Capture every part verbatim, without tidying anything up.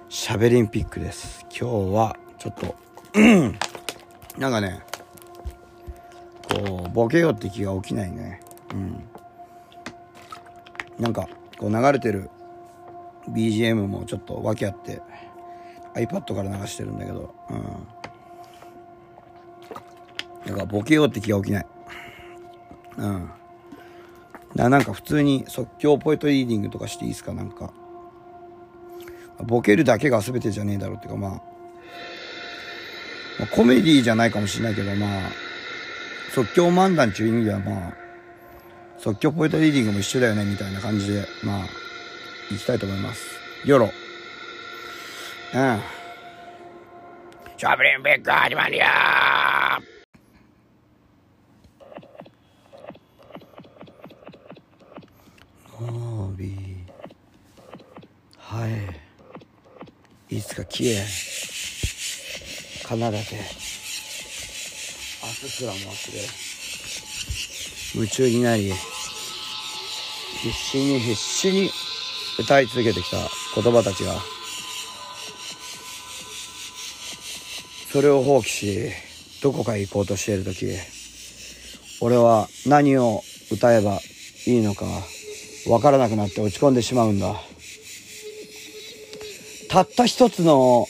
しゃべりんピックです。今日はちょっとなんかねこうボケようって気が起きないね。うんなんかこう流れてる ビージーエム もちょっと訳あって iPad から流してるんだけど、うんだからボケようって気が起きない。うんだなんか普通に即興ポエトリーディングとかしていいですか。なんかボケるだけが全てじゃねえだろうっていうか、まあ、まあコメディじゃないかもしれないけど、まあ即興漫談っていう意味ではまあ即興ポエトリーディングも一緒だよねみたいな感じでまあいきたいと思います。よろうんしゃべりんピック始まるよー。はいいつか消え奏でて明日すらも忘れ夢中になり必死に必死に歌い続けてきた言葉たちがそれを放棄しどこかへ行こうとしているとき、俺は何を歌えばいいのかわからなくなって落ち込んでしまうんだ。たった一つの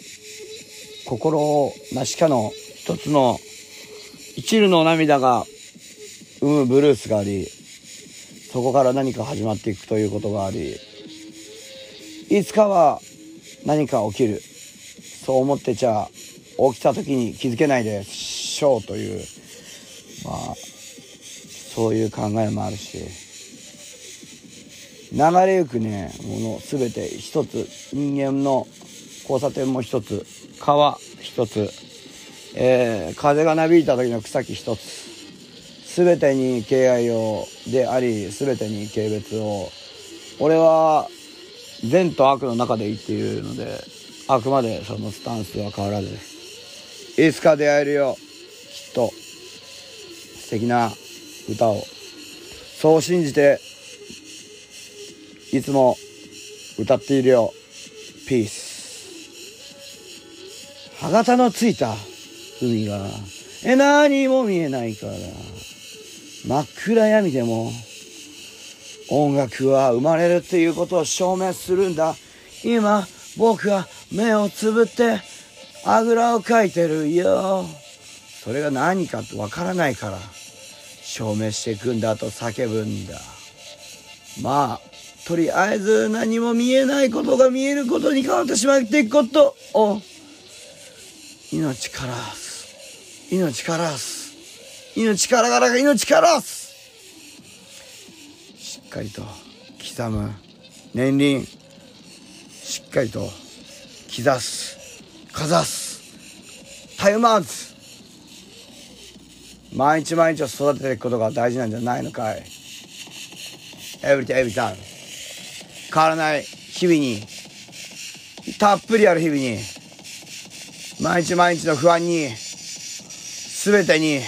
心なしかの一つの一縷の涙が生むブルースがあり、そこから何か始まっていくということがあり、いつかは何か起きる、そう思ってちゃ起きた時に気づけないでしょうという、まあそういう考えもあるし、流れゆくねものすべて一つ、人間の交差点も一つ、川一つ、えー、風がなびいた時の草木一つ、すべてに敬愛をであり、すべてに軽蔑を俺は善と悪の中でいいっていうので、あくまでそのスタンスは変わらず、いつか出会えるよきっと素敵な歌を、そう信じていつも歌っているよ。ピース。歯型のついた海がえ何も見えないから真っ暗闇でも音楽は生まれるっていうことを証明するんだ。今僕は目をつぶってあぐらをかいてるよ。それが何かってわからないから証明していくんだと叫ぶんだ。まあとりあえず何も見えないことが見えることに変わってしまっていくことを命からす命からす命からがらが命からすしっかりと刻む年輪、しっかりと刻すかざすたゆまず毎日毎日を育てていくことが大事なんじゃないのかい。エブリタイムエブリタイム変わらない日々に、たっぷりある日々に、毎日毎日の不安に、すべてに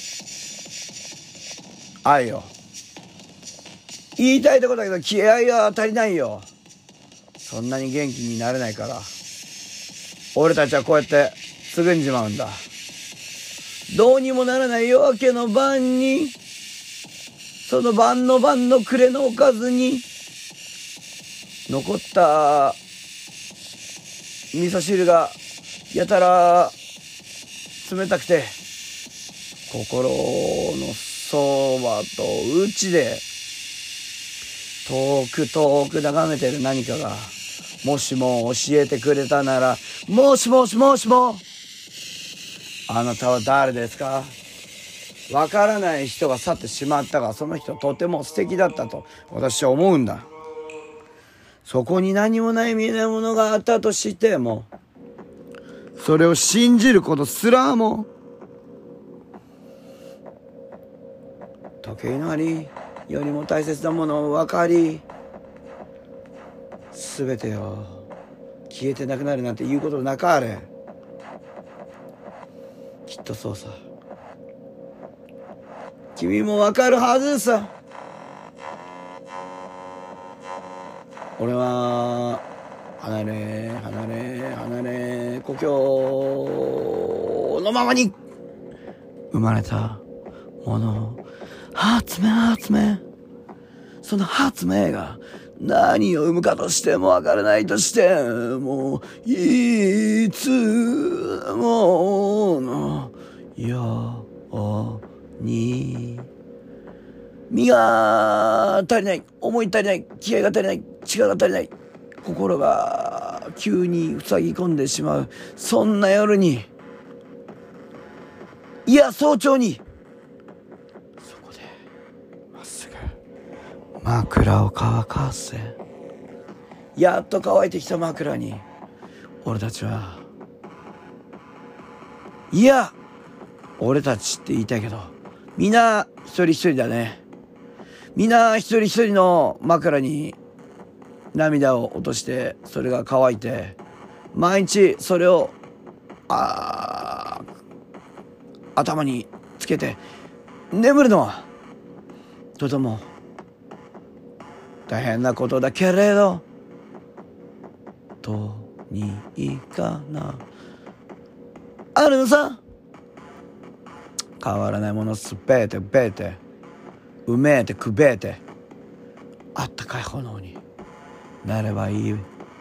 愛を。言いたいところだけど気合が足りないよ。そんなに元気になれないから俺たちはこうやってすぐんじまうんだ。どうにもならない夜明けの晩に、その晩の晩の暮れのおかずに残った味噌汁がやたら冷たくて、心のそばと内で遠く遠く眺めてる何かがもしも教えてくれたなら、もしもしもしもあなたは誰ですか。わからない人が去ってしまったが、その人とても素敵だったと私は思うんだ。そこに何もない見えないものがあったとしても、それを信じることすらも時計の針よりも大切なものを分かり、全てを消えてなくなるなんて言うことなかれ。きっとそうさ。君も分かるはずさ。俺は離れ離れ離れ故郷のままに生まれたもの、発明発明、その発明が何を生むかとしてもわからないとしても、いつものように身が足りない、思い足りない、気合が足りない、力が足りない、心が急に塞ぎ込んでしまう、そんな夜に、いや早朝に、そこでまっすぐ枕を乾かせ、やっと乾いてきた枕に俺たちは、いや俺たちって言いたいけど、みんな一人一人だね。みんな一人一人の枕に涙を落として、それが乾いて、毎日それをあ頭につけて眠るのはとても大変なことだけれど、どうにかなあるのさ。変わらないものすべてべてうめえてくべえて、あったかい炎になればいい。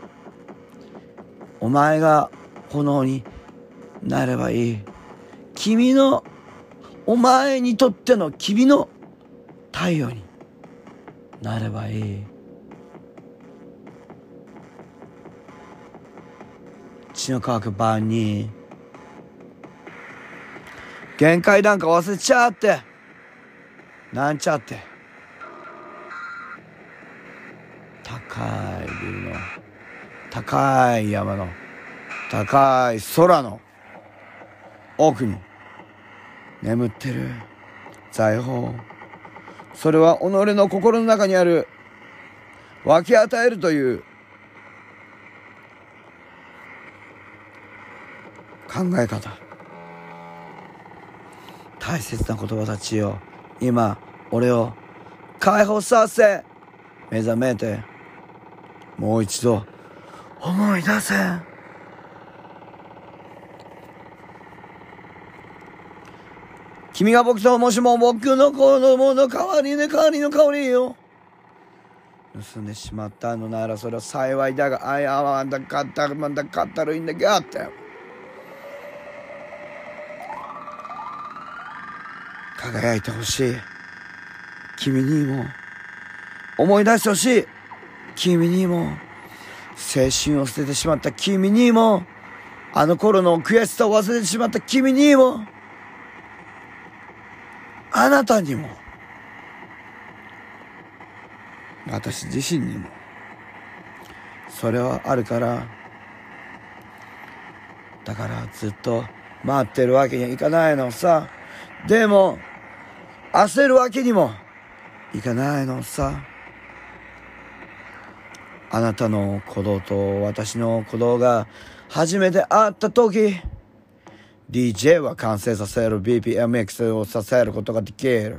お前が炎になればいい。君の、お前にとっての君の太陽になればいい。血の乾く晩に限界なんか忘れちゃって、なんちゃって、高いビルの、高い山の、高い空の奥に眠ってる財宝、それは己の心の中にある分け与えるという考え方。大切な言葉たちよ、今俺を解放させ、目覚めてもう一度思い出せ。君が僕ともしも僕の子供の代わりの代わりの代わりを盗んでしまったのならそれは幸いだが、あやまだかったまだかったるいんだけあって輝いてほしい。君にも思い出してほしい。君にも、青春を捨ててしまった君にも、あの頃の悔しさを忘れてしまった君にも、あなたにも、私自身にも、それはあるから、だからずっと待ってるわけにはいかないのさ。でも焦るわけにもいかないのさ。あなたの鼓動と私の鼓動が初めて会った時、 ディージェー は完成させる ビーピーエムエックス をさせることができる。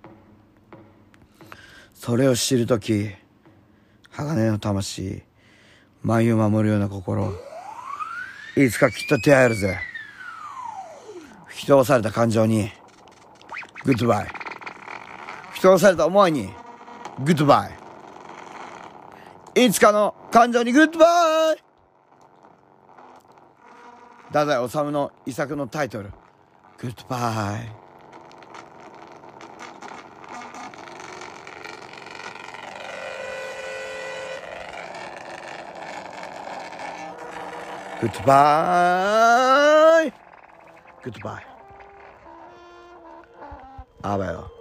それを知る時、鋼の魂、眉を守るような心、いつかきっと出会えるぜ。吹き飛ばされた感情にグッドバイ、吹き飛ばされた思いにグッドバイ、いつかの感情にグッドバイ。太宰治の遺作のタイトル、グッドバイ。グッドバイ、グッドバイ。あばよ。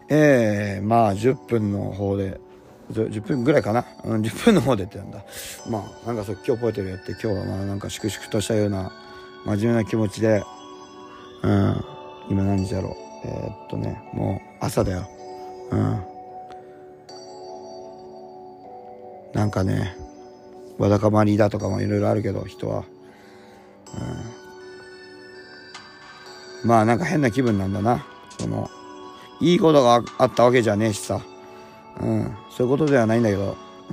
えー、まあじゅっぷんの方でじゅっぷんぐらいかな、うん、じゅっぷんの方でってなんだ。まあなんか即興ポエトリーやって、今日はまあなんか粛々としたような真面目な気持ちで、うん、今何時だろう、えー、っとねもう朝だよ。うん、なんかねわだかまりだとかもいろいろあるけど人は、うん、まあなんか変な気分なんだな。そのいいことがあったわけじゃねえしさ、うん、そういうことではないんだけど、うん、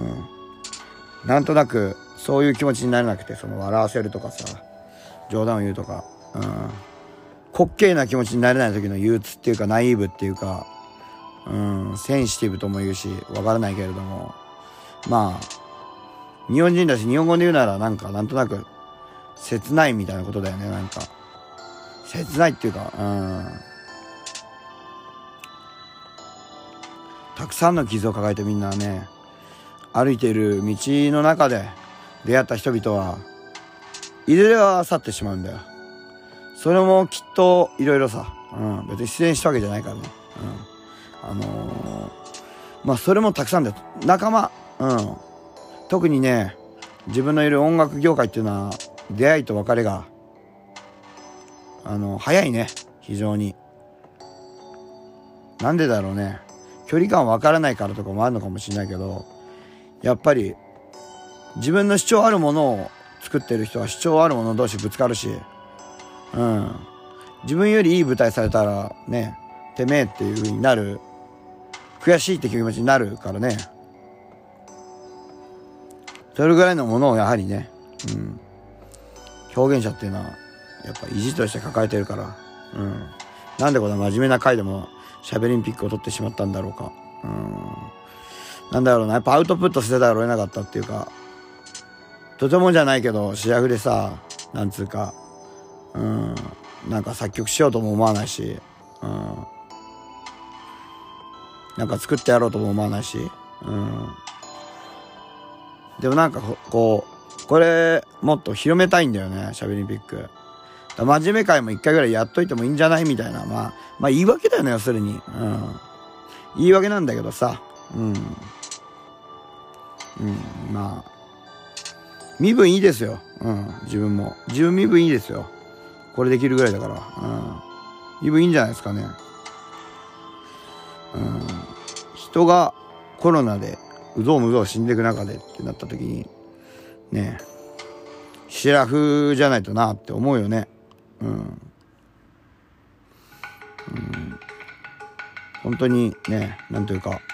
なんとなくそういう気持ちになれなくて、その笑わせるとかさ冗談を言うとか、うん、滑稽な気持ちになれない時の憂鬱っていうかナイーブっていうか、うん、センシティブとも言うしわからないけれども、まあ日本人だし日本語で言うならなんかなんとなく切ないみたいなことだよね。なんか切ないっていうか、うん、たくさんの傷を抱えてみんなね歩いている道の中で出会った人々はいずれは去ってしまうんだよ。それもきっといろいろさ、うん、別に出演したわけじゃないからね、うん、あのー、まあそれもたくさんだよ仲間、うん、特にね自分のいる音楽業界っていうのは出会いと別れがあの早いね。非常になんでだろうね。距離感わからないからとかもあるのかもしれないけど、やっぱり自分の主張あるものを作ってる人は主張あるもの同士ぶつかるし、うん、自分よりいい舞台されたらねてめえっていう風になる、悔しいって気持ちになるからね。それぐらいのものをやはりね、うん、表現者っていうのはやっぱ意地として抱えてるから、うん、なんでこんな真面目な回でもしゃべりんピックを取ってしまったんだろうか。うん、なんだろうな、やっぱアウトプットせざるを得なかったっていうか、とてもじゃないけどシラフでさ、なんつうか、うん、なんか作曲しようとも思わないし、うん、なんか作ってやろうとも思わないし、うん、でもなんかこうこれもっと広めたいんだよね、しゃべりんピック。真面目会も一回ぐらいやっといてもいいんじゃないみたいな、まあまあ言い訳だよね、要するに、うん、言い訳なんだけどさ、うん、うん、まあ身分いいですよ、うん、自分も自分身分いいですよ、これできるぐらいだから、うん、身分いいんじゃないですかね。うん、人がコロナでうぞうむぞう死んでいく中でってなった時にね、シラフじゃないとなって思うよね。うん、うん、本当にね、なんというか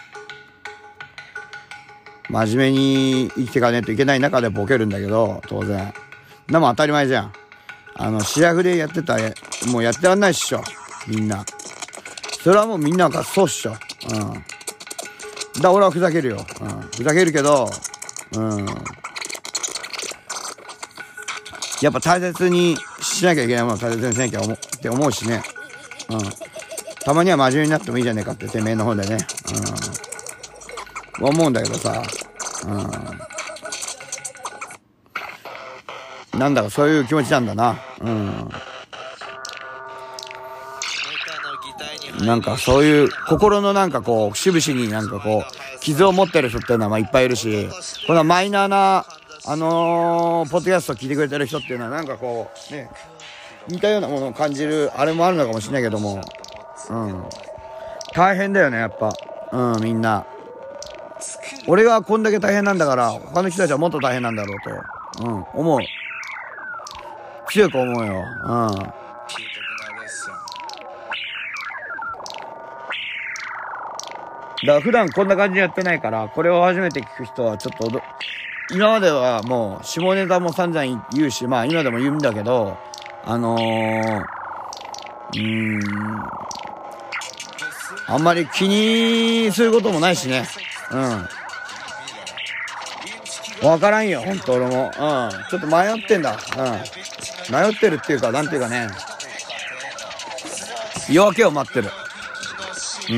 真面目に生きていかねえといけない中でボケるんだけど、当然なも当たり前じゃん。あのシラフでやってたらもうやってらんないっしょ、みんな。それはもうみんながそうっしょ、うん、だ俺はふざけるよ、うん、ふざけるけど、うん、やっぱ大切にしなきゃいけないものを大切にしなきゃ思って思うしね、うん、たまには真面目になってもいいじゃねえかっててめえの方でね、うん、思うんだけどさ、うん、なんだかそういう気持ちなんだな、うん、なんかそういう心のなんかこう節々になんかこう傷を持ってる人っていうのはまあいっぱいいるし、このマイナーなあのー、ポッドキャストを聞いてくれてる人っていうのはなんかこうね似たようなものを感じるあれもあるのかもしれないけども、うん、大変だよねやっぱ、うん、みんな。俺がこんだけ大変なんだから他の人たちはもっと大変なんだろうと、うん、思う、強く思うよ、うん。だから普段こんな感じでやってないから、これを初めて聞く人はちょっと今まではもう下ネタも散々言うし、まあ今でも言うんだけど、あのー、うーんあんまり気にすることもないしね、うん、わからんよほんと俺も、うん、ちょっと迷ってんだ、うん、迷ってるっていうかなんていうかね、夜明けを待ってる、うん、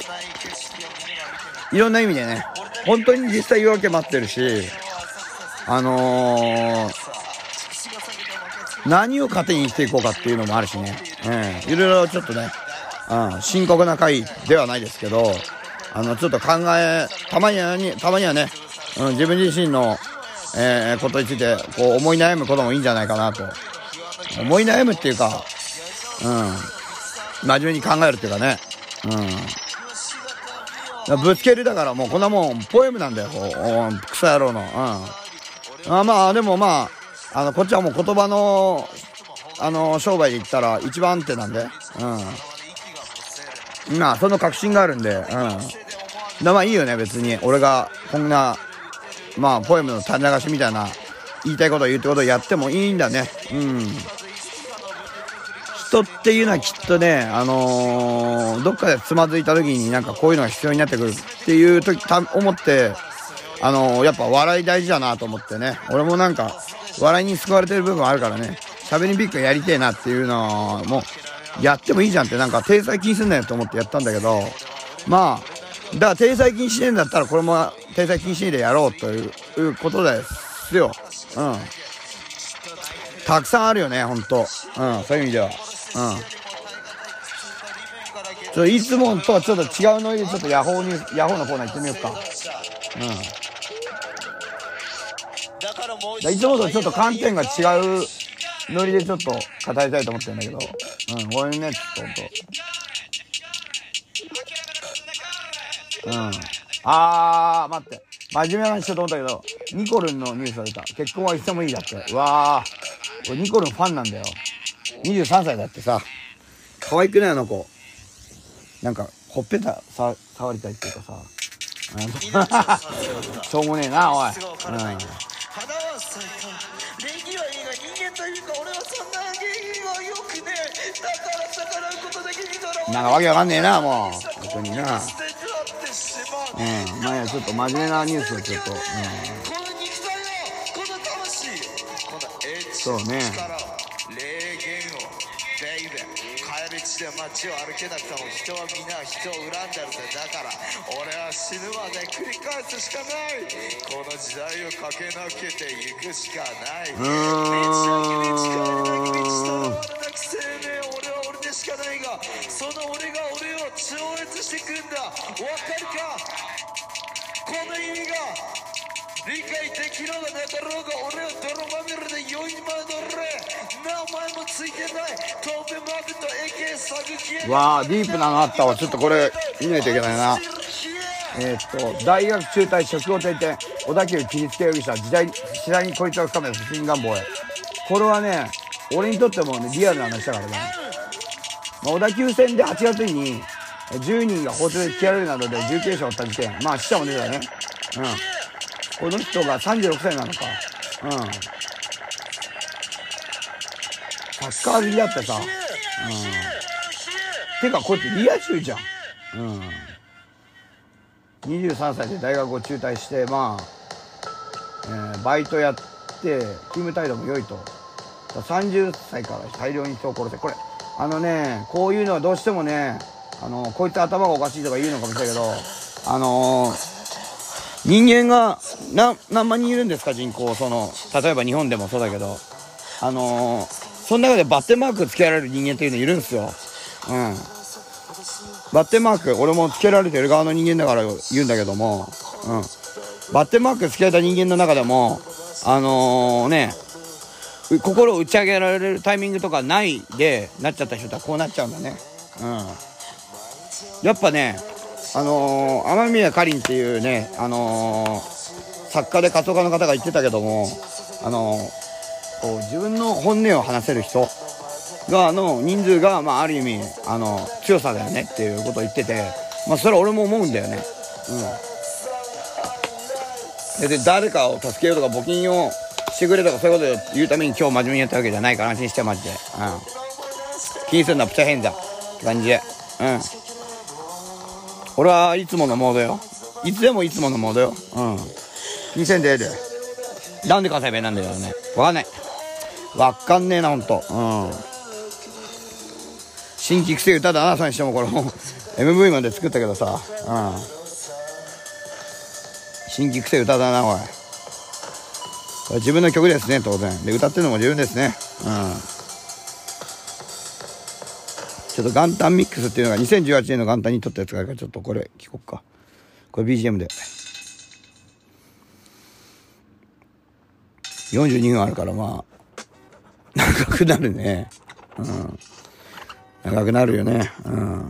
いろんな意味でね、本当に実際夜明け待ってるし、あのー、何を糧に生きていこうかっていうのもあるしね、うん、いろいろちょっとねうん、深刻な回ではないですけど、あのちょっと考えたまにはにたまにはね、うん、自分自身の、えー、ことについてこう思い悩むこともいいんじゃないかなと。思い悩むっていうか、うん、真面目に考えるっていうかね、うん、ぶつけるだからもうこんなもんポエムなんだよ、こうクソ野郎の、うん、あまあでもまああのこっちはもう言葉のあの商売で言ったら一番手なんで、うん、まあその確信があるんで、うん、だまあいいよね別に俺がこんなまあポエムの種流しみたいな言いたいことを言うってことをやってもいいんだね。うん。人っていうのはきっとね、あのー、どっかでつまずいた時になんかこういうのが必要になってくるっていう時た思って、あのー、やっぱ笑い大事だなと思ってね。俺もなんか笑いに救われてる部分あるからね。喋りビッグやりてえなっていうのもやってもいいじゃんってなんか体裁禁止すんなよと思ってやったんだけど、まあだから体裁禁止してんだったらこれも体裁禁止でやろうということですよ。うん。たくさんあるよね、ほんと。うん、そういう意味では。うん。ちょっといつもとはちょっと違うノリでちょっとヤホーに、ヤホーのコーナー行ってみようか。うん。いつもとちょっと観点が違うノリでちょっと語りたいと思ってるんだけど。うん、ごめんね、ちょっとほんと。うん。あー、待って。真面目な話しようと思ったけど、ニコルンのニュースが出た。結婚はいつでもいいだって。うわー。俺ニコルンファンなんだよ。にじゅうさんさいだってさ。可愛くないあの子。なんか、ほっぺたさ触りたいっていうかさ。しょうもねえな、おい。うん。なんかわけわかんねえな、もう。本当にな。うん、まあいやちょっと真面目なニュースをちょっと、うん、そうね。帰り地で街を歩けなくても人は皆人を恨んでるぜ。だから俺は死ぬまで繰り返すしかない。この時代を駆け抜けていくしかない。うーん。俺は俺でしかないが、その俺が俺を超越してくんだ。わかるか？この意味が理解できろうがなかろうが、俺は泥まみれで酔いまどれ。名前もついてない飛べまくと エーケー サグキエ。わあディープなのあったわ。ちょっとこれ見ないといけないな。えー、っと大学中退職を転々小田急切りつけ容疑者時代次第にこいつを深めた不信願望へ。これはね俺にとってもねリアルな話だからね。小田急線ではちがつにじゅうにんが包丁で切られるなどで重軽傷を負った事件。まあ死者も出たね。うん。この人がさんじゅうろくさいなのか。うん。サッカー好きだってさ。うん。てかこいつリア充じゃん。うん。にじゅうさんさいで大学を中退してまあ、えー、バイトやって勤務態度も良いと。さんじゅっさいから大量に人を殺せ。これあのねこういうのはどうしてもねあのこいつ頭がおかしいとか言うのかもしれないけどあのー、人間がな何万人いるんですか人口。その例えば日本でもそうだけどあのー、その中でバッテンマークつけられる人間っていうのいるんですよ。うん。バッテンマーク俺もつけられてる側の人間だから言うんだけども、うん。バッテンマークつけられた人間の中でもあのー、ね心を打ち上げられるタイミングとかないでなっちゃった人はこうなっちゃうんだね。うん。やっぱねあのー、天宮かりんっていうねあのー、作家で活動家の方が言ってたけどもあのー、こう自分の本音を話せる人がの人数がまあある意味あの強さだよねっていうことを言ってて、まあそれは俺も思うんだよね。うん。で誰かを助けようとか募金をしてくれとかそういうことを言うために今日真面目にやったわけじゃないから安心してマジで。うん。気にするのはプチャ変だって感じで。うん。俺はいつものモードよ。いつでもいつものモードよ。うん。気にせんでええで。なんで関西弁なんだよね。わかんない。わかんねえなほんと。うん。新規癖歌だなそれにしてもこれも エムブイ まで作ったけどさ。うん。新規癖歌だなおい。これ自分の曲ですね当然。で歌ってるのも自分ですね。うん。ちょっと元旦ミックスっていうのがにせんじゅうはちねんの元旦に撮ったやつがあるから、ちょっとこれ聞こっか。これ ビージーエム でよんじゅうにふんあるから、まあ長くなるね。うん、長くなるよね。うん、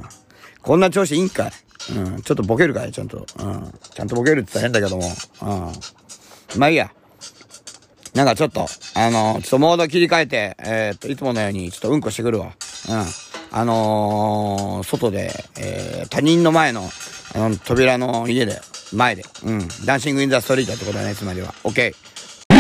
こんな調子いいんかい。うん、ちょっとボケるかい、ちゃんと。うん、ちゃんとボケるって言ったら変だけども。うん、まあいいや。なんかちょっと、あのー、ちょっとモード切り替えて、えー、っと、いつものようにちょっとうんこしてくるわ。うん。あのー、外で、えー、他人の前の、あの、扉の家で、前で、うん。ダンシングインザストリートってことだね、つまりは。オッケー。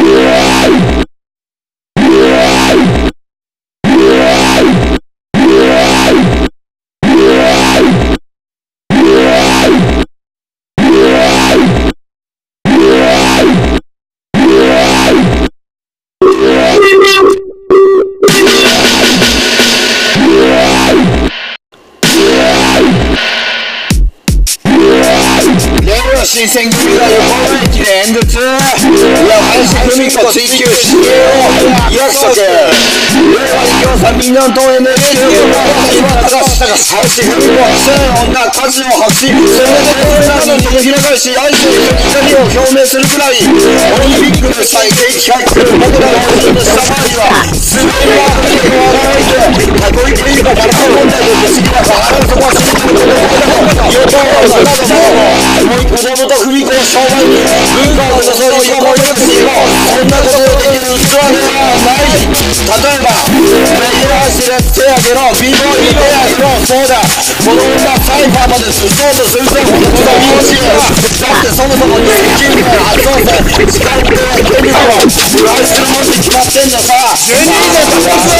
新選組が横浜駅で演説。いや、林芙美子追求死刑を約束。令和に共産民団党 エヌエイチ 今正したが林芙美子は記者の女価値を発し、それでコロナに開かれし愛と一緒に怒りを表明するくらい、オリンピックで最景気回復、僕らの本人の下回りは全てが悪いを洗いて、たこいているかバラン問題で不思議なバランそこは知りたいことだ。与党はそのもう子供と芙美子の商売に文化を注い横をよくしよう。そんなことができる器ではない。例えばレギュラーシレッツやけど ビーボーイ ペアけどそうだ、この女サイファーまで進そうとするとこの子が見欲しい。だってそもそもにせんじゅうきゅうねん初当選時間って権利を腐敗するもんって決まってんださ。じゅうにねんの高さ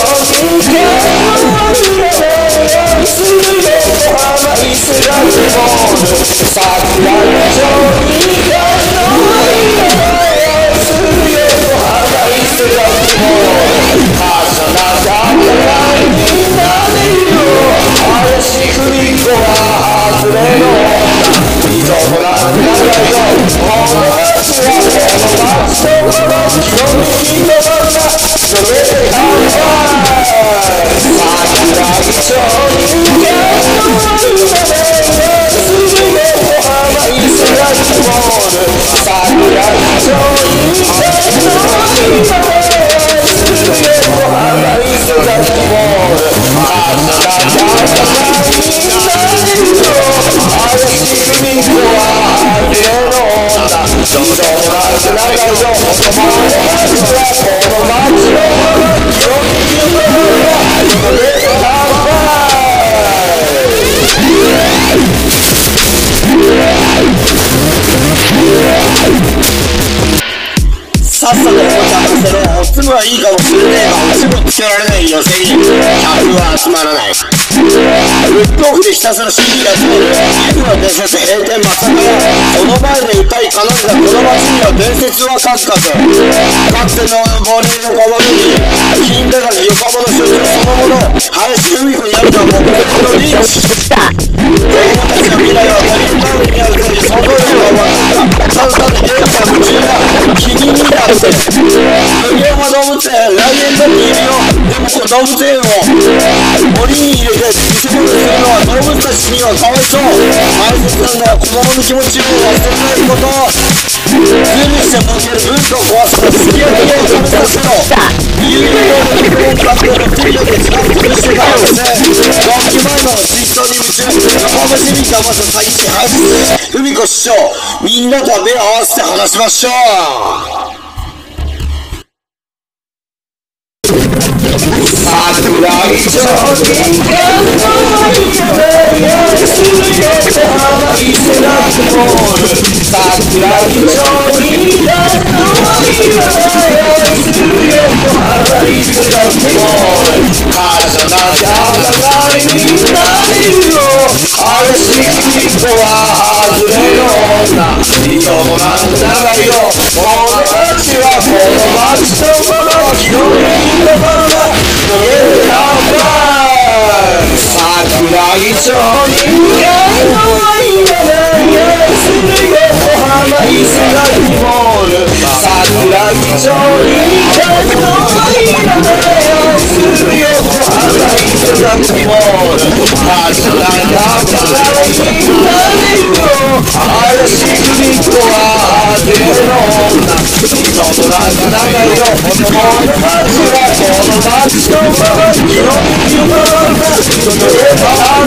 さっさとおもちゃさせろ。おつむはいいかもしれねえが、おつむつけられない寄せに客は集まらない。ブックオフでひたすら シーディー 集める岐阜の伝説閉店真っ盛り。その前で歌い奏でたこの街には伝説は数々。かつての亡霊の小物に金だから横浜の象徴そのもの林芙美子にあるのは目的のリーチ。子供たちの未来は他人番組にある限り想像力が分かった。ただただゲームが夢中だ。君にだって無限は動物園来年だっているよ。でもこの動物園を檻に入れて見せ物するのは動物たちにはかわいそう。大切なんだよ子供の気持ちを忘れないこと。ズルして儲ける文化を壊すから付き合いを食べさせろ。有料の日本カップの手だけ時間潰してたんですね。楽器前の実装に夢中。横浜市民がまず詐欺師林芙美子師匠、みんなと目を合わせて話しましょう。桜木町にないよ子供の街はこの街のままにのみのままその上から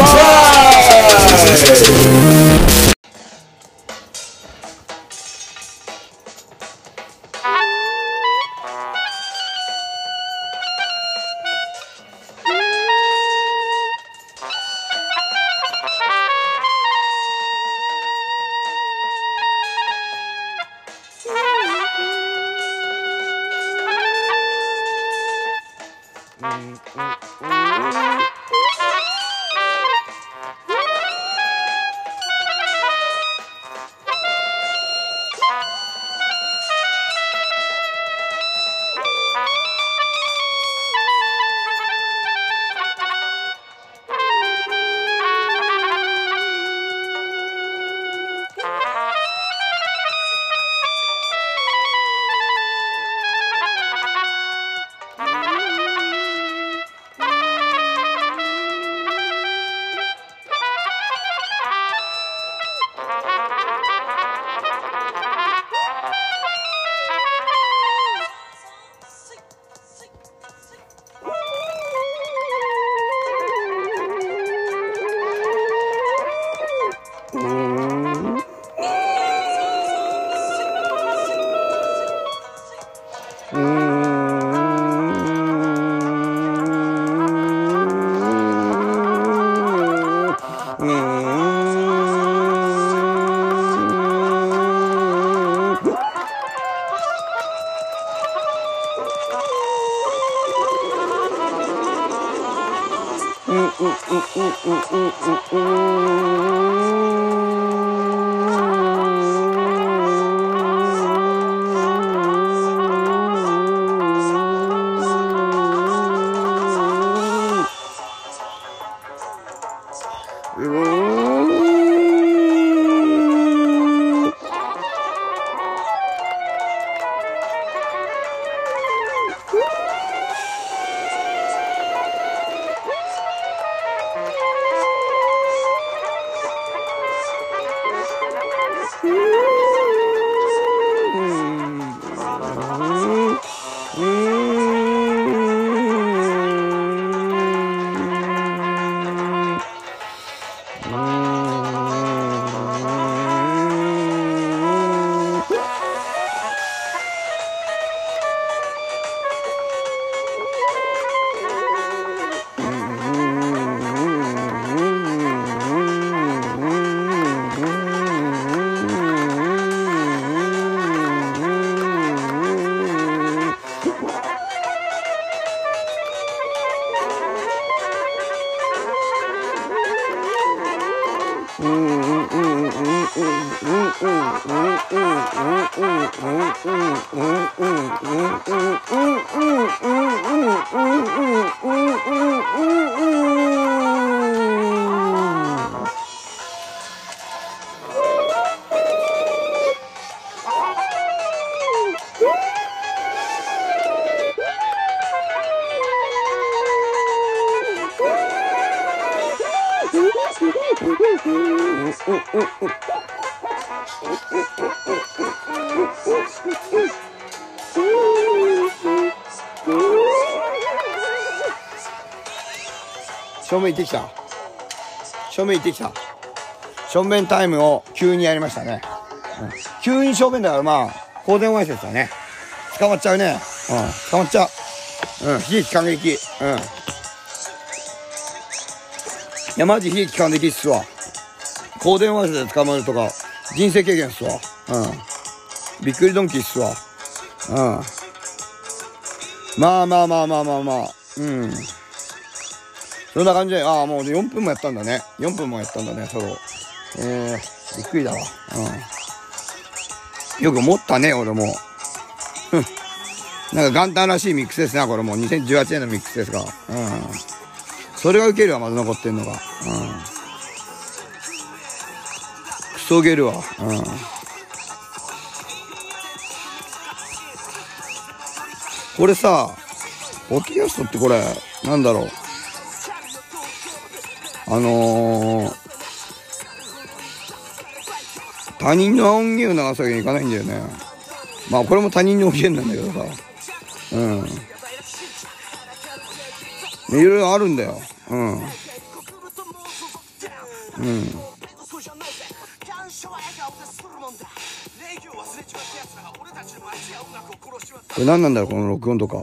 正面行ってきた。正面行ってきた。正面タイムを急にやりましたね。うん、急に正面だからまあ、公然わいせつだね。捕まっちゃうね。うん、捕まっちゃう。うん、悲劇感激。うん。いや、マジ悲劇感激っすわ。公然わいせつで捕まるとか、人生経験っすわ。うん。びっくりドンキーっすわ。うん。まあまあまあまあまあまあ。うん。そんな感じで、ああ、もうよんぷんもやったんだね。よんぷんもやったんだね、ソロ。えー、びっくりだわ。うん。よく持ったね、俺も。ふん。なんか元旦らしいミックスですな、これもうにせんじゅうはちねんのミックスですが。うん。それがウケるわ、まだ残ってんのが。うん。クソウケるわ。うん。これさ、ポッドキャストってこれ、なんだろう。あのー、他人の音源を流すわけにいかないんだよね。 まあこれも他人の意見なんだけどさ、うんいろいろあるんだよ。うんうんこれ何なんだろうこの録音とか。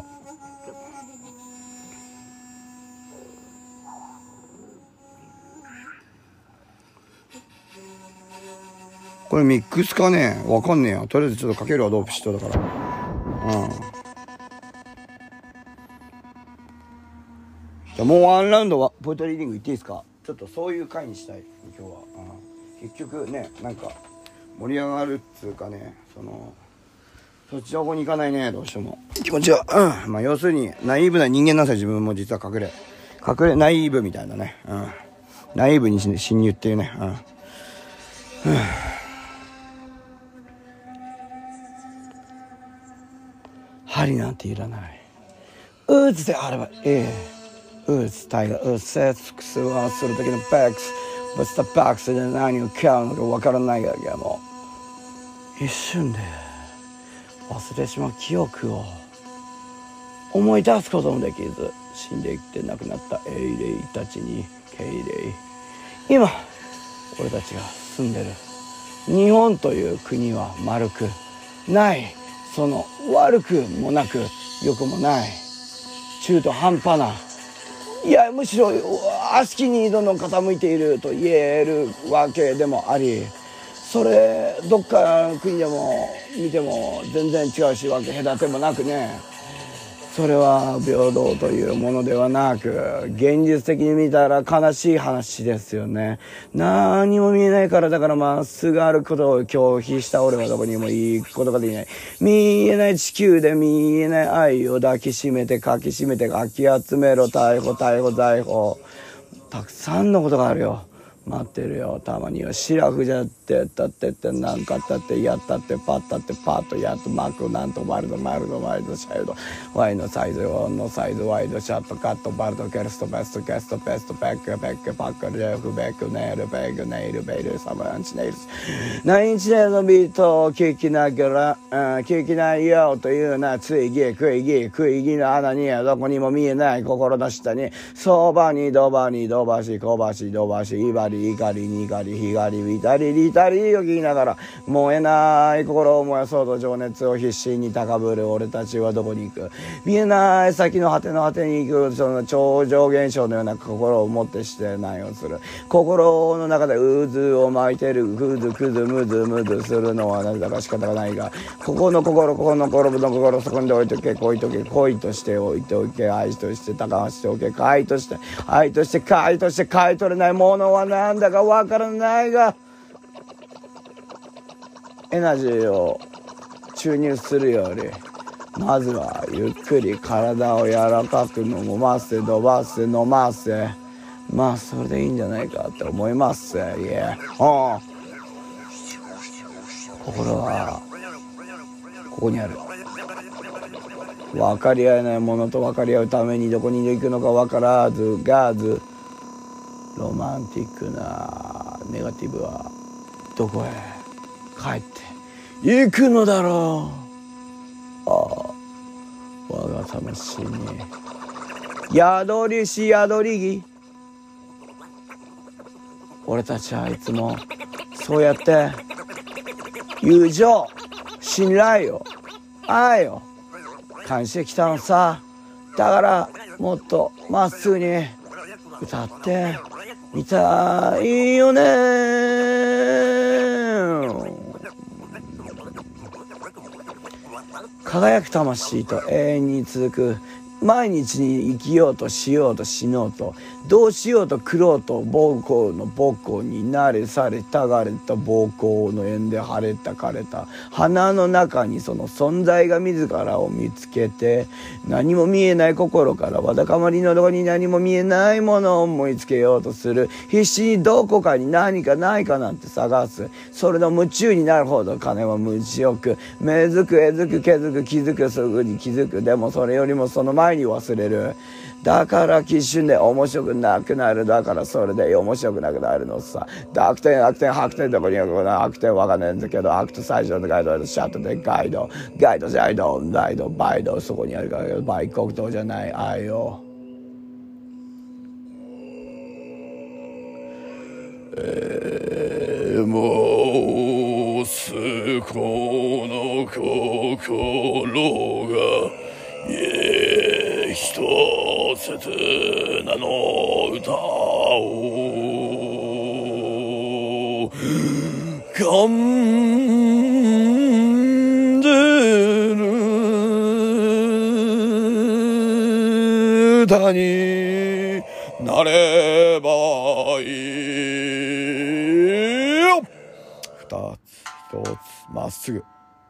これミックスかね、わかんねえや。とりあえずちょっとかけるわ、ドープシットだから。うんじゃあもうワンラウンドはポエトリーリングいっていいですか。ちょっとそういう回にしたい今日は。うん、結局ねなんか盛り上がるっつうかね、そのそっちの方に行かないね、どうしても気持ちは。うんまあ要するにナイーブな人間なんですよ。自分も実は隠れ隠れナイーブみたいなね、うん、ナイーブに侵入っていうね、うん、うん針なんていらない。うつであればええうつタイガーうつ節複数はする時のバックスバスターバックスで何を買うのかわからないわけや。もう一瞬で忘れてしまう記憶を思い出すこともできず死んでいって亡くなった英霊たちに敬礼。今俺たちが住んでる日本という国は丸くない。その悪くもなく良くもない中途半端な、いやむしろ悪しきにどんどん傾いていると言えるわけでもあり、それどっかの国でも見ても全然違うしわけ隔てもなくね、それは平等というものではなく現実的に見たら悲しい話ですよね。何も見えないからだからまっすぐ歩くことを拒否した俺はどこにも行くことができない。見えない地球で見えない愛を抱きしめてかきしめてかき集めろ。逮捕逮捕逮捕たくさんのことがあるよ。待ってるよ。たまにはシラフじゃってたってってなんかったってやったってパッタってパッとやっとマクなんとワイルドマイルドワイルドシャイルドワイのサイズオンのサイズワイドシャットカットバルトケルストベストケストペストペックペックパックレフベックネイルベックネイルベイルサブランチネイルスナインチネイルのビートを聞きながら、うん、聞きないよというなついぎ食いぎ食いぎの穴にはどこにも見えない心の下にそばにどばにどばしこばしどばしいばり怒りに怒りひがりびたりりたりを聞きながら燃えない心を燃やそうと情熱を必死に高ぶる俺たちはどこに行く。見えない先の果ての果てに行くその超常現象のような心を持ってして何をする。心の中で渦を巻いてるくずくずむずむずするのはなぜだか仕方がないが、ここの心ここの心の心そこに置いとけ置いとけ恋として置いておけ愛として高しておけ愛として愛として愛として買い取れないものはなんだかわからないがエナジーを注入するよりまずはゆっくり体を柔らかく飲ませ伸ばせ飲ませまあそれでいいんじゃないかって思います。いやああ心はここにある。分かり合えないものと分かり合うためにどこに行くのか分からずガーズロマンティックなネガティブはどこへ帰って行くのだろう。ああ我が魂に宿りし宿り木。俺たちはいつもそうやって友情信頼を愛を感じてきたのさ。だからもっとまっすぐに歌ってみたいよね。輝く魂と永遠に続く毎日に生きようとしようと死のうとどうしようと苦労と暴行の暴行に慣れされたがれた暴行の縁で晴れた枯れた花の中にその存在が自らを見つけて何も見えない心からわだかまりのどこに何も見えないものを思いつけようとする。必死にどこかに何かないかなんて探す。それの夢中になるほど金は無知よく目づくえづくけづく気づくすぐに気づく。でもそれよりもその前前に忘れる。だから一瞬で面白くなくなる。だからそれで面白くなくなるのさ。悪天、悪天、白天どこにあるかな。悪天わかんないんだけど、悪と最初のガイドでシャットでガイド。ガイド、ガイド、ガイド、バイド、そこにあるから、バイ黒糖じゃない愛を。えー、もうすこの心が一つなの歌を感じる歌になればいいよ。二つ一つまっすぐ。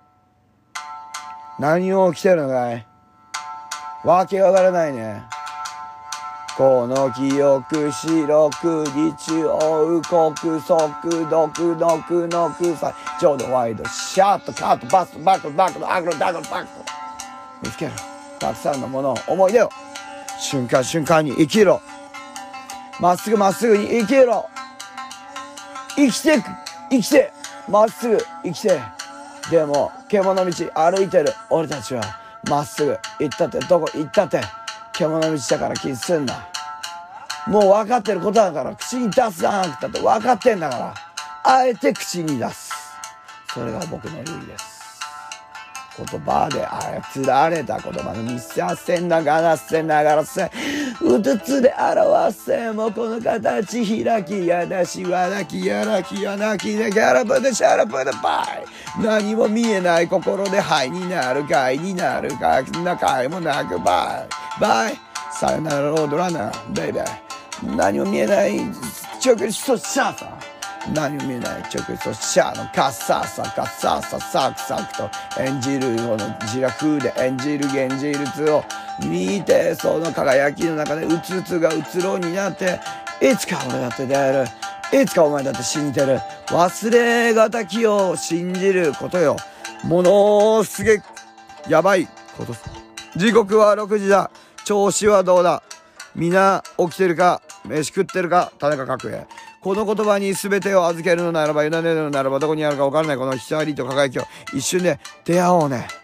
何を着てるのかい。わけわからないね。この記憶白く日追う国速毒毒の臭いちょうどワイドシャットカットバスバックバックのアグロダグロバック見つける。たくさんのものを思い出を瞬間瞬間に生きろ。まっすぐまっすぐに生きろ。生きてく生きてまっすぐ生きて。でも獣道歩いてる俺たちはまっすぐ行ったってどこ行ったって獣道だから気にすんな。もう分かってることだから口に出すなくたって分かってんだからあえて口に出す。それが僕の流儀です。言葉で操られた言葉の見させながらせながらせうつつで表せもこの形開きやだしわだきやらきやなきでギャラブでシャラブでバイ何も見えない心でハイになるかいになるか中いもなくバイバイさよならロードランナーベイベー何も見えない直立とシャーさ何も見えない直立とシャーのカッサーサカッサーササクサクと演じるこの自落で演じる現実を見てその輝きの中でうつうつがうつろになっていつか俺だって出会えるいつかお前だって信じてる忘れがたきを信じることよ。ものすげえやばいこと時刻はろくじだ。調子はどうだ。みんな起きてるか飯食ってるか田中角栄。この言葉に全てを預けるのならば委ねるのならばどこにあるか分からないこの光と輝きを一瞬で出会おうね。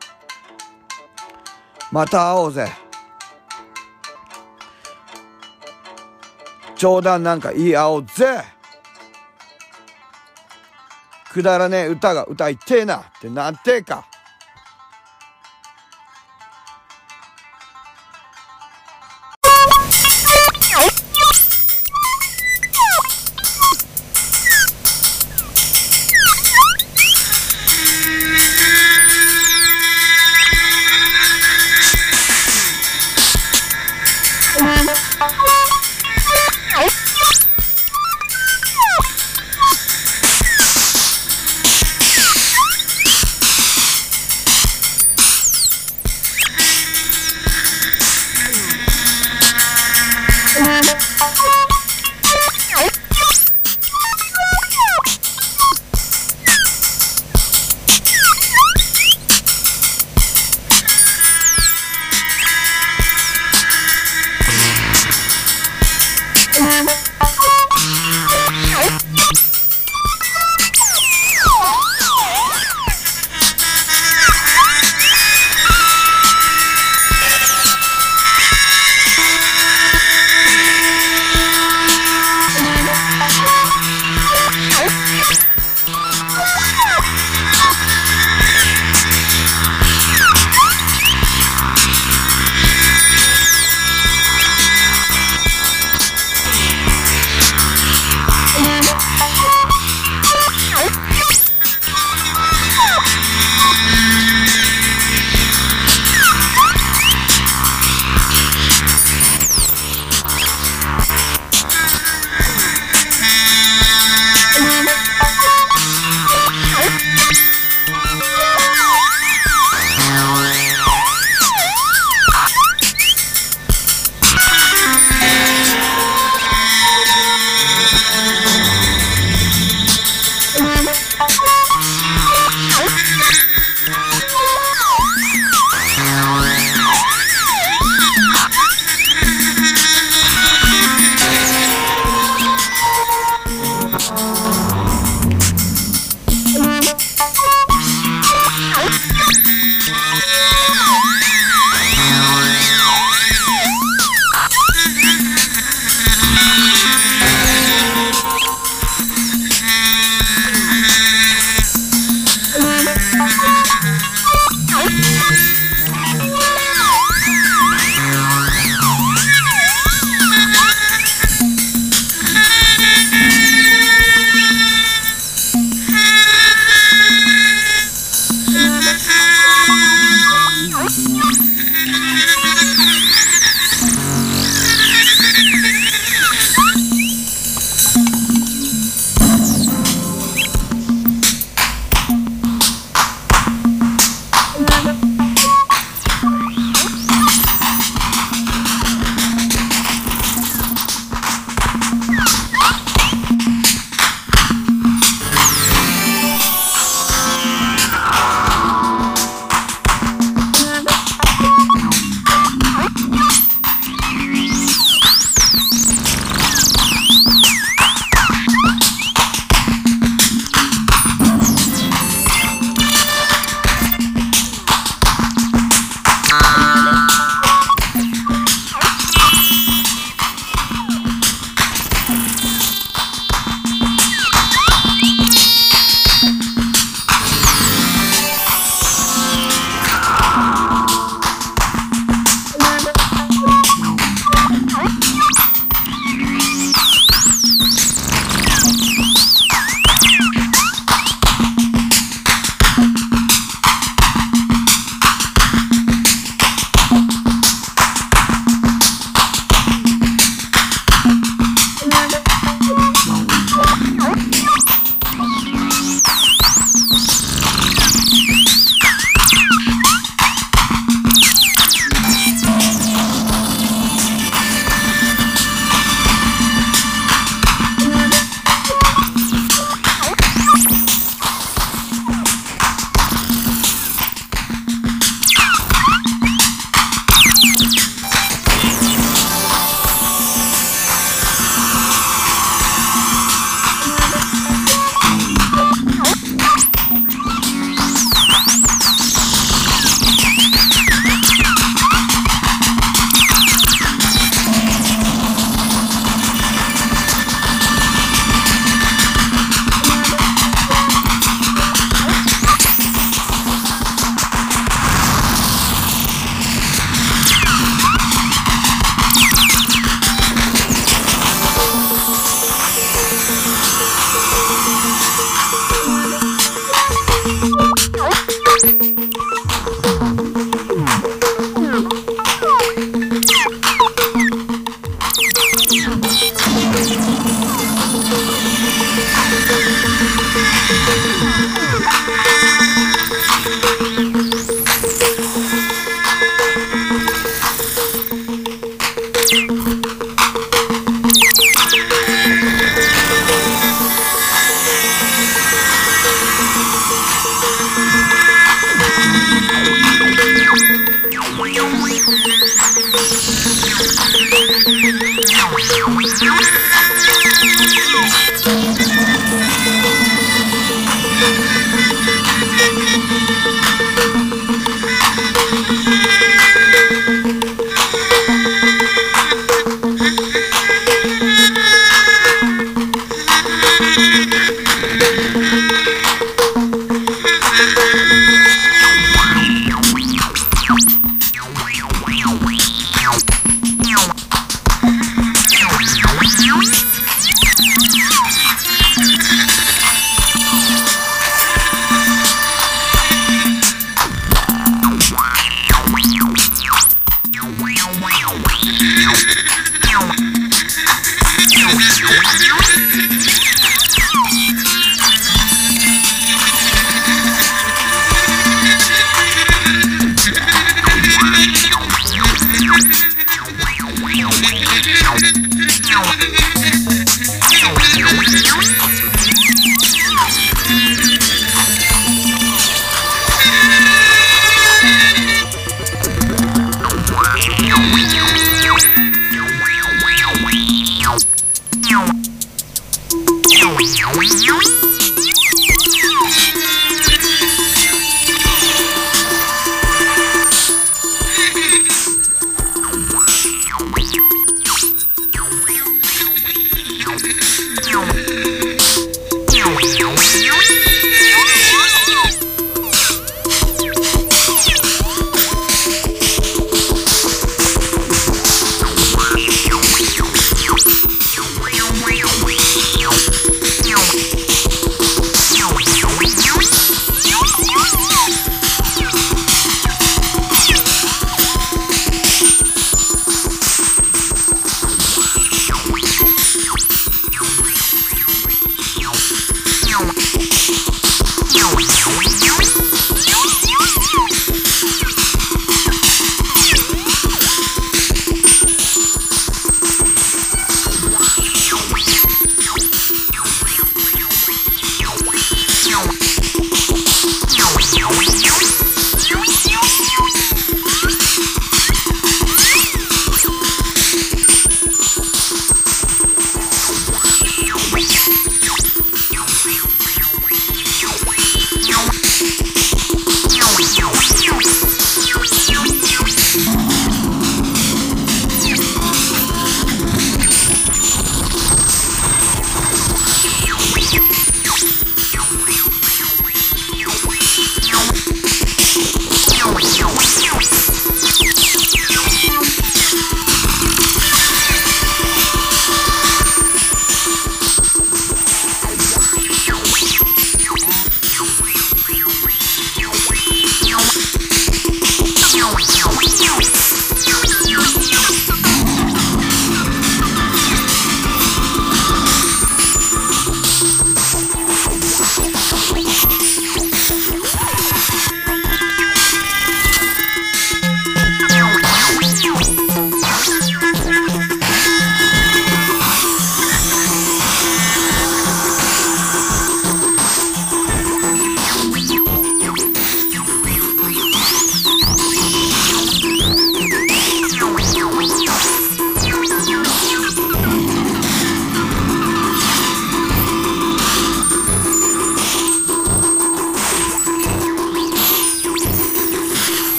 また会おうぜ。冗談なんか言い合おうぜ。くだらねえ歌が歌いてえなってなんてえか。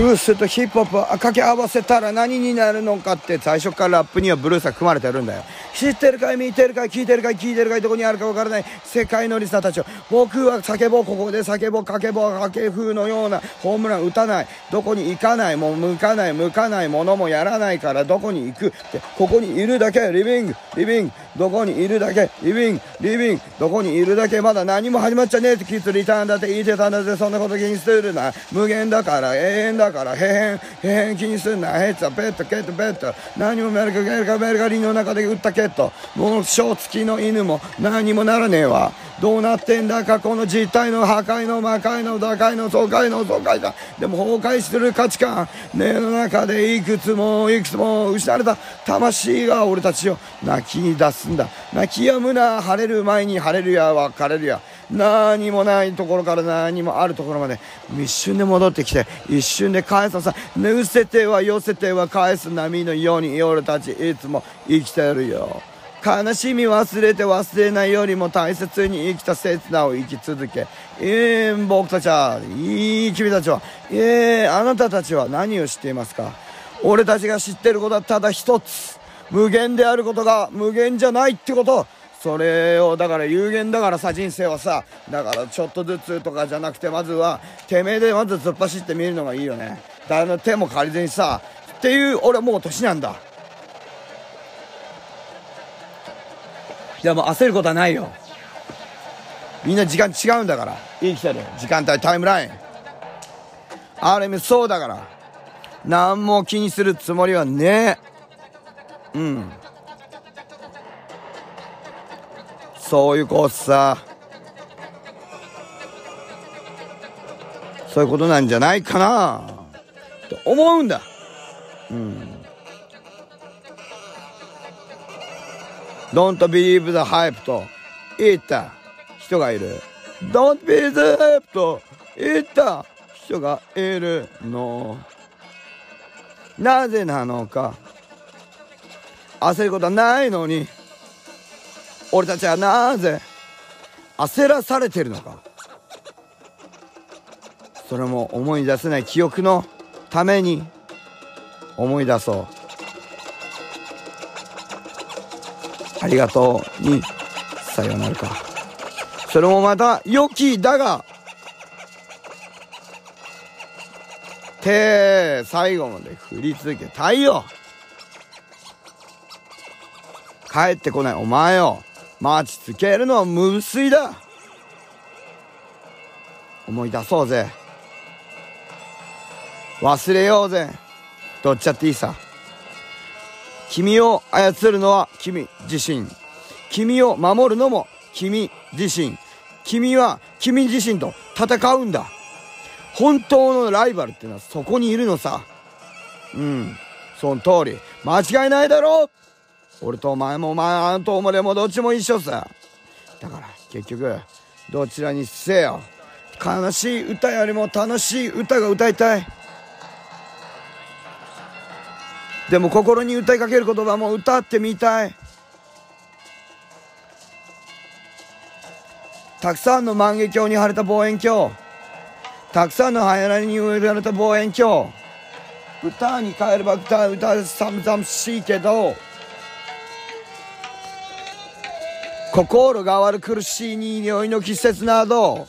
ルースとヒップホップを掛け合わせたら何になるのかって、最初からラップにはブルースが組まれてるんだよ。知ってるかい、見てるかい、聞いてるかい、聞いてるかい、どこにあるかわからない世界のリスナーたちを、僕は叫ぼう、ここで叫ぼう、かけぼう、掛け風のようなホームラン打たない、どこに行かない、もう向かない向かないものもやらないから、どこに行くって、ここにいるだけリビングリビング、どこにいるだけリビングリビング、どこにいるだけ、まだ何も始まっちゃねえってキッズリターンだって言ってたんだぜ。そんなこと気にするな、無限だから永遠だから、へへんへへん気にすんな、ヘッツァペットケットペット、何もメルカメルカメルカリンの中で売ったケット、もう小付きの犬も何もならねえわ。どうなってんだか、この実体の破壊の魔界の打開の爽快の爽快だ。でも崩壊する価値観根の中でいくつもいくつも失われた魂が俺たちを泣き出すんだ。泣き止むな、晴れる前に晴れるや別れるや。何もないところから何もあるところまで一瞬で戻ってきて、一瞬で返すさ、寄せては寄せては返す波のように俺たちいつも生きてるよ。悲しみ忘れて忘れないよりも大切に生きた刹那を生き続け、えー、僕たちは、いい君たちは、えー、あなたたちは何を知っていますか？俺たちが知ってることはただ一つ、無限であることが無限じゃないってこと。それをだから有限だからさ、人生はさ、だからちょっとずつとかじゃなくて、まずはてめえでまず突っ走ってみるのがいいよね。誰の手も借りずにさっていう、俺はもう年なんだ。いやもう焦ることはないよ。みんな時間違うんだから、生きてる時間帯タイムラインある意味そうだから、何も気にするつもりはねえ。うん、そういうことさ、そういうことなんじゃないかなと思うんだ。うん。Don't believe the hype と言った人がいる。Don't believe the hype と言った人がいるの。なぜなのか。焦ることはないのに、俺たちはなぜ焦らされてるのか。それも思い出せない記憶のために思い出そう。ありがとうにさよならか。それもまた良きだが、手最後まで振り続けたいよ。帰ってこないお前を待ちつけるのは無粋だ。思い出そうぜ、忘れようぜ、どっちだっていいさ。君を操るのは君自身、君を守るのも君自身。君は君自身と戦うんだ。本当のライバルってのはそこにいるのさ。うん、その通り、間違いないだろう。俺とお前もお前あんと俺もどっちも一緒さ。だから結局どちらにせよ、悲しい歌よりも楽しい歌が歌いたい。でも心に歌いかける言葉も歌ってみたい。たくさんの万華鏡に晴れた望遠鏡、たくさんの流行らに植えられた望遠鏡、歌に変えれば歌う歌寒々しいけど、心が悪苦しい匂いの季節など、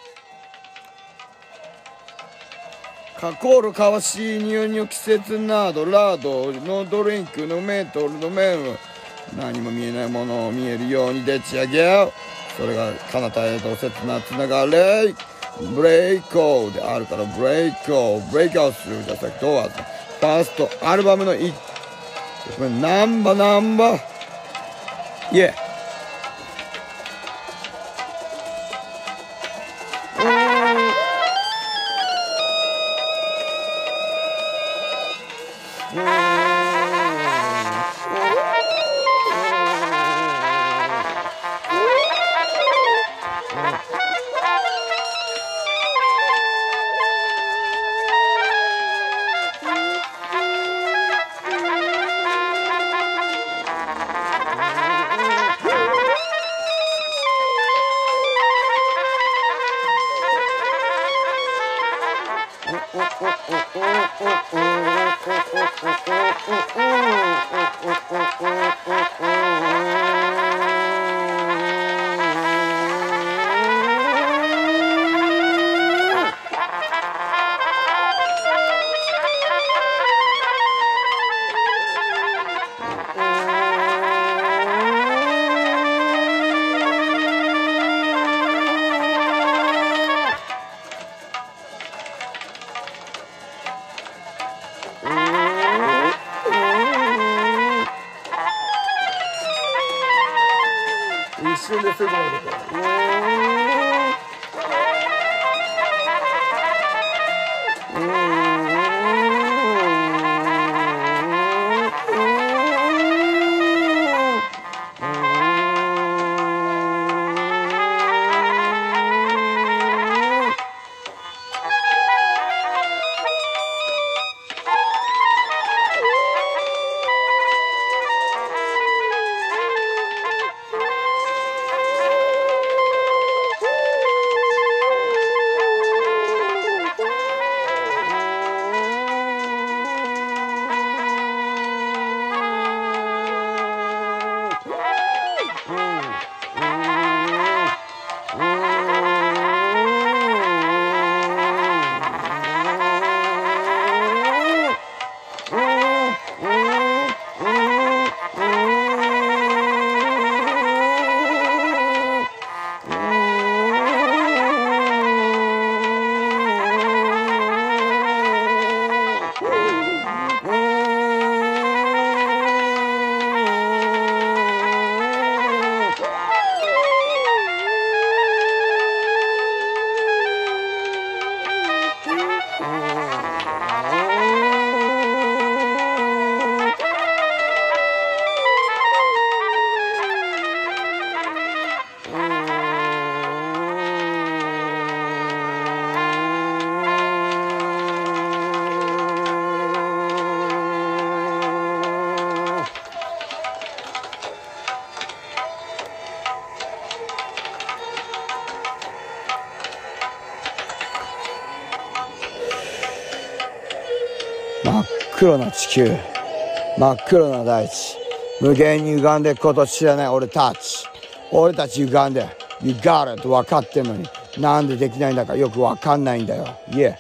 心かわしい匂いの季節など、ラードのドリンクのメートルのメール、何も見えないものを見えるようにでち上げよう。それが彼方へと切なつながれ、ブレイクオーであるから、ブレイクオーブレイクアウトするじゃさっきとはファーストアルバムのいナンバナンバイエ分ですぐこういうこと真っ黒な地球、真っ黒な大地、無限に歪んでいくこと知らない俺たち。俺たち歪んで You got it 分かってんのになんでできないんだかよく分かんないんだよ。いえ、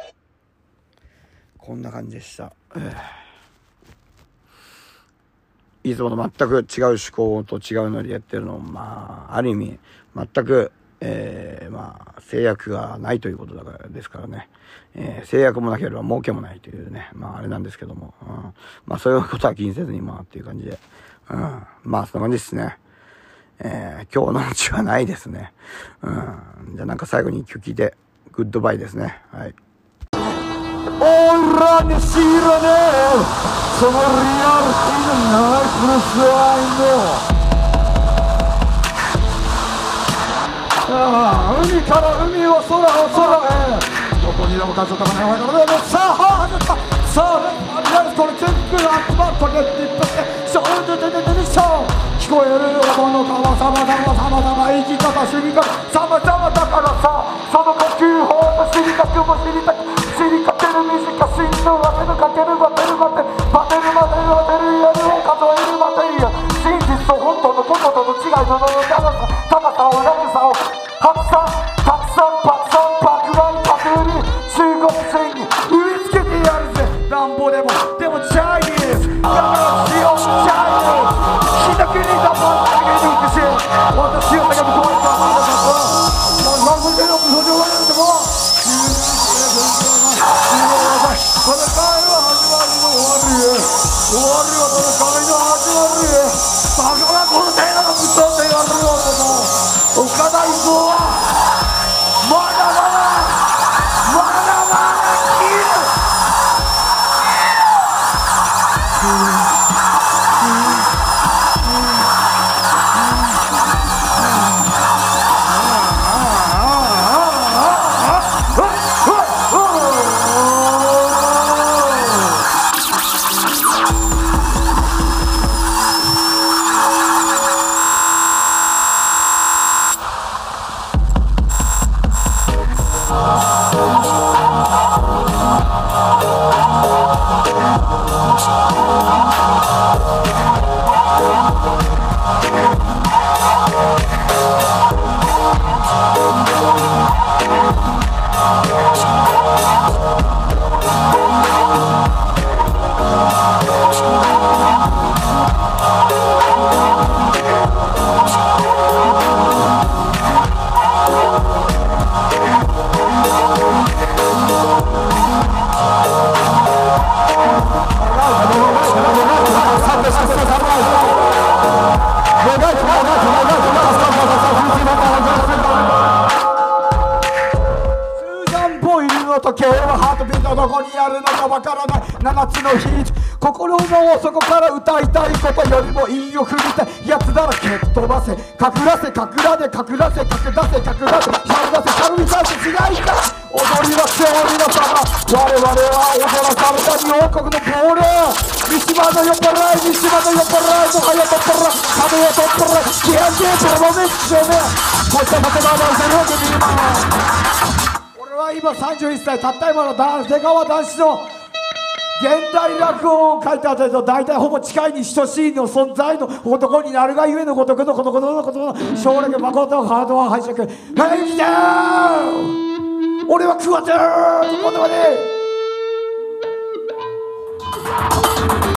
こんな感じでした。いつもと全く違う思考と違うノリでやってるのも、まあある意味全く、えー、まあ制約がないということだからですからね、えー、制約もなければ儲けもないというね、まああれなんですけども、うん、まあそういうことは気にせずにまあっていう感じで、うん、まあそんな感じですね。えー、今日のうちはないですね。うん、じゃあなんか最後に一曲聴いてグッドバイですね。はい。おらに知らねえそのリアリティのないプレスアイのああ、海から海を空を空へどこにでも風とかないわけでさあ始まったさあこれ全部集まったけっていっぱいショートででででショー聞こえる音の川さまざまさまざま生き方死に方さまざまだからさその呼吸法も知りたくも知りたく知りかける短しんの当てるかける待てる待て待てる待てる待てるやるを数える待てるや真実と本当のこととの違いとの長さ高さを長さを発散たくさん爆散爆弾爆売り中国人に植え付けてやるぜなんぼでもでもチャイニーズだからしようチャイニーズ人気にだまってあげるんですよ私をだけも怖いとは思いなかったもう何分でも無料なんでも戦いは始まりの終わりへ終わりは戦いの始まりへバカなこの程度のぶっ飛んでやるよこの岡田一郎はまだまだまだまだ生きる Oh, からないななつのヒート、心の底から歌いたいことよりも韻を踏みたいやつなら蹴っ飛ばせ、隠らせ隠らで隠らせ隠らせ隠らせしゃる出せしゃるみさせ違いか、踊りますよ皆様、我々は踊らされた日本国のボール、三島の酔っ払い三島の酔っ払いもはやとっぱら壁をとっぱら気合いでプロメッションね、こうした立場のゼロで見る俺は今さんじゅういっさい、たった今の出川男子の現代落語を書いてあったけど、大体ほぼ近いに等しいの存在の男になるがゆえのごとくのこのことのことの将来誠ハードは拝借はい来たー俺は食わてるーここまで